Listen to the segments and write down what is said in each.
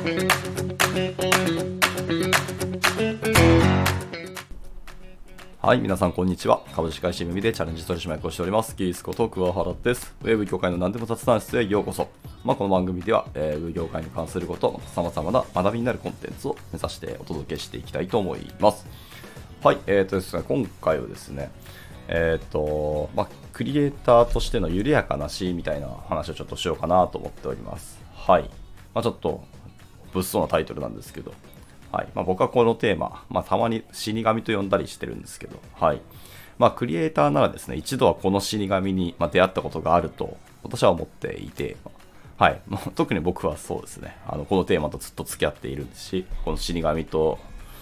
はい、皆さんこんにちは。株式会社耳でチャレンジ取締役をしております、ギースこと桑原です。ウェブ業界の何でも雑談室へようこそ。この番組では、ウェブ業界に関すること、様々な学びになるコンテンツを目指してお届けしていきたいと思います。はい、ですね、今回はですね、クリエイターとしての緩やかな死みたいな話をちょっとしようかなと思っております。はい。ちょっと物騒なタイトルなんですけど、はい。僕はこのテーマ、たまに死神と呼んだりしてるんですけど、はい。クリエイターならですね、一度はこの死神に出会ったことがあると私は思っていて、はい。特に僕はそうですね、このテーマとずっと付き合っているんですし、この死神と、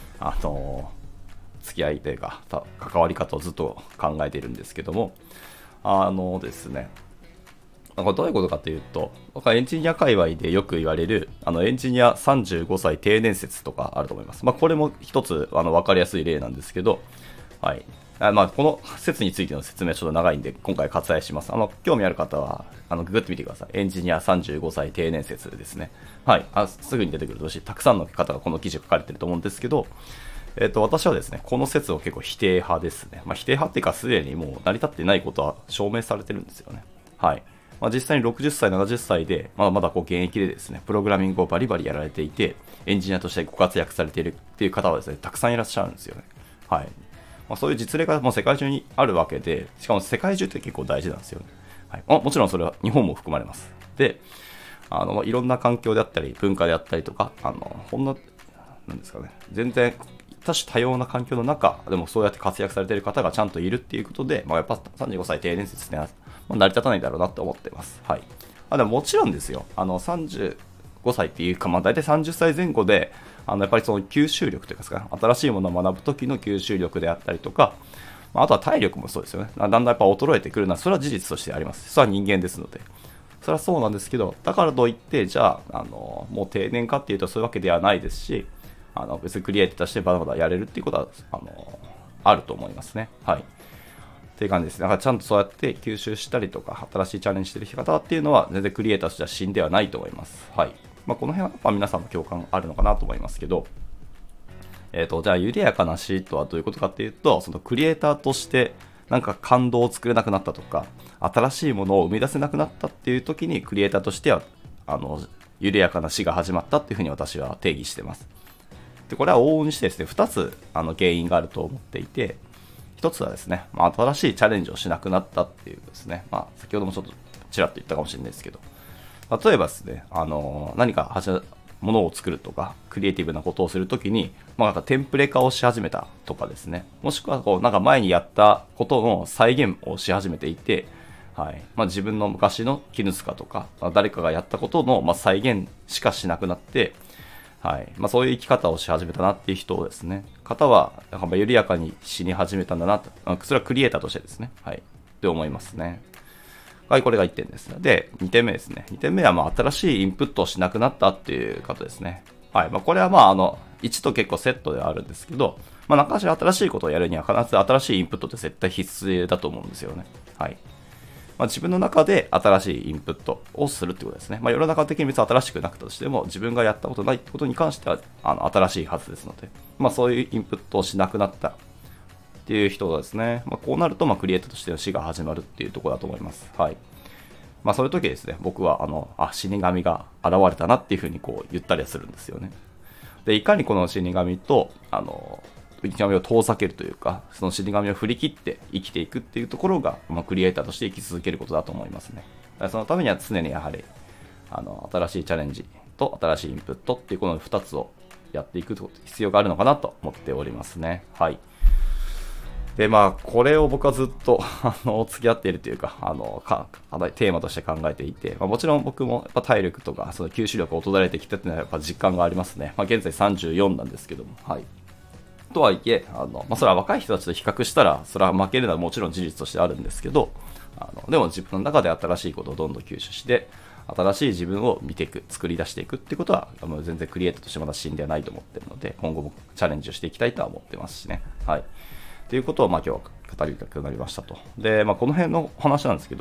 付き合いというか、関わり方をずっと考えているんですけども、ですね、これどういうことかというと、僕はエンジニア界隈でよく言われる、エンジニア35歳定年説とかあると思います。これも一つ、わかりやすい例なんですけど、はい。この説についての説明はちょっと長いんで、今回割愛します。興味ある方は、ググってみてください。エンジニア35歳定年説ですね。はい。すぐに出てくるとし、たくさんの方がこの記事を書かれていると思うんですけど、私はですね、この説を結構否定派ですね。否定派っていうか、すでにもう成り立っていないことは証明されてるんですよね。はい。実際に60歳、70歳で、まだ現役でですね、プログラミングをバリバリやられていて、エンジニアとしてご活躍されているっていう方はですね、たくさんいらっしゃるんですよね。はい。そういう実例がもう世界中にあるわけで、しかも世界中って結構大事なんですよね。はい。もちろんそれは日本も含まれます。で、いろんな環境であったり、文化であったりとか、ほんの、なんですかね、全然、多種多様な環境の中でもそうやって活躍されている方がちゃんといるっていうことで、やっぱ35歳定年説ね、成り立たないだろうなと思っています。はい。でももちろんですよ、35歳っていうか、大体30歳前後で、やっぱりその吸収力というか、新しいものを学ぶ時の吸収力であったりとか、あとは体力もそうですよね。だんだんやっぱ衰えてくるのは、それは事実としてあります。それは人間ですので。それはそうなんですけど、だからといって、じゃあ、もう定年かっていうとそういうわけではないですし、別にクリエイターとしてバタバタやれるっていうことは、あると思いますね。はい。っていう感じですね。だからちゃんとそうやって吸収したりとか、新しいチャレンジしてる方っていうのは、全然クリエイターとしては死んではないと思います。はい。この辺はやっぱ皆さんも共感あるのかなと思いますけど、じゃあ、緩やかな死とはどういうことかっていうと、そのクリエイターとしてなんか感動を作れなくなったとか、新しいものを生み出せなくなったっていう時に、クリエイターとしては、緩やかな死が始まったっていうふうに私は定義してます。で、これは往々にしてですね、2つ原因があると思っていて、1つはですね、新しいチャレンジをしなくなったっていうですね、先ほどもちょっとちらっと言ったかもしれないですけど、例えばですね、何かものを作るとか、クリエイティブなことをするときに、なんかテンプレ化をし始めたとかですね、もしくはなんか前にやったことの再現をし始めていて、はい。自分の昔の絹塚とか、誰かがやったことの再現しかしなくなって、はい。そういう生き方をし始めたなっていう人をですね、方は、緩やかに死に始めたんだなと、それはクリエイターとしてですね、はい。って思いますね。はい、これが1点です。で、2点目ですね。2点目は、新しいインプットをしなくなったっていう方ですね。はい。これは1と結構セットではあるんですけど、何かしら新しいことをやるには必ず新しいインプットって絶対必須だと思うんですよね。はい。自分の中で新しいインプットをするってことですね。世の中的に別に新しくなくたとしても、自分がやったことないってことに関しては、新しいはずですので、そういうインプットをしなくなったっていう人がですね、こうなると、クリエイターとしての死が始まるっていうところだと思います。はい。そういう時ですね、僕は、死神が現れたなっていうふうに言ったりはするんですよね。で、いかにこの死神と、死神を遠ざけるというか、その死神を振り切って生きていくっていうところが、クリエイターとして生き続けることだと思いますね。だからそのためには常にやはり、新しいチャレンジと新しいインプットっていうこの2つをやっていく必要があるのかなと思っておりますね。はい。で、これを僕はずっと付き合っているというか、テーマとして考えていて、もちろん僕もやっぱ体力とか、その吸収力が衰えてきたっていうのはやっぱ実感がありますね。現在34なんですけども、はい。とはいえ、それは若い人たちと比較したら、それは負けるのはもちろん事実としてあるんですけど、でも自分の中で新しいことをどんどん吸収して、新しい自分を見ていく、作り出していくっていうことは、全然クリエイターとしてまだ死んではないと思っているので、今後もチャレンジをしていきたいとは思ってますしね。はい。ということを、今日は語りたくなりましたと。で、この辺の話なんですけど、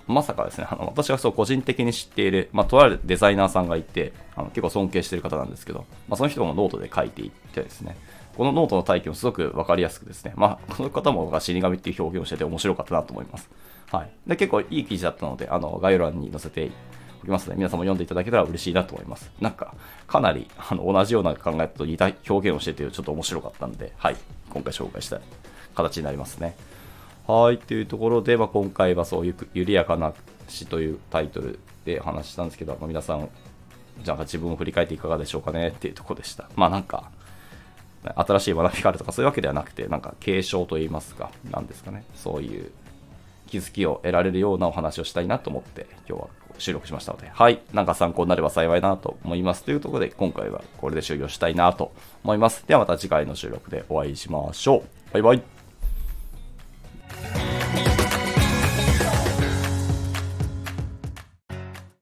まさかですね、私が個人的に知っている、とあるデザイナーさんがいて、結構尊敬している方なんですけど、その人もノートで書いていってですね、このノートの体験をすごく分かりやすくですね、この方も死神っていう表現をしてて面白かったなと思います。はい。で、結構いい記事だったので、概要欄に載せておきますので、皆さんも読んでいただけたら嬉しいなと思います。なんか、かなり同じような考えと似た表現をしてて、ちょっと面白かったんで、はい。今回紹介した形になりますね。はい。というところで、今回はそういう緩やかな詩というタイトルで話したんですけど、皆さん、じゃあ自分を振り返っていかがでしょうかねっていうところでした。なんか、新しい学びがあるとかそういうわけではなくて、なんか継承といいますか、なんですかね。そういう気づきを得られるようなお話をしたいなと思って今日は収録しましたので、はい、なんか参考になれば幸いなと思います。というところで今回はこれで終了したいなと思います。ではまた次回の収録でお会いしましょう。バイバイ。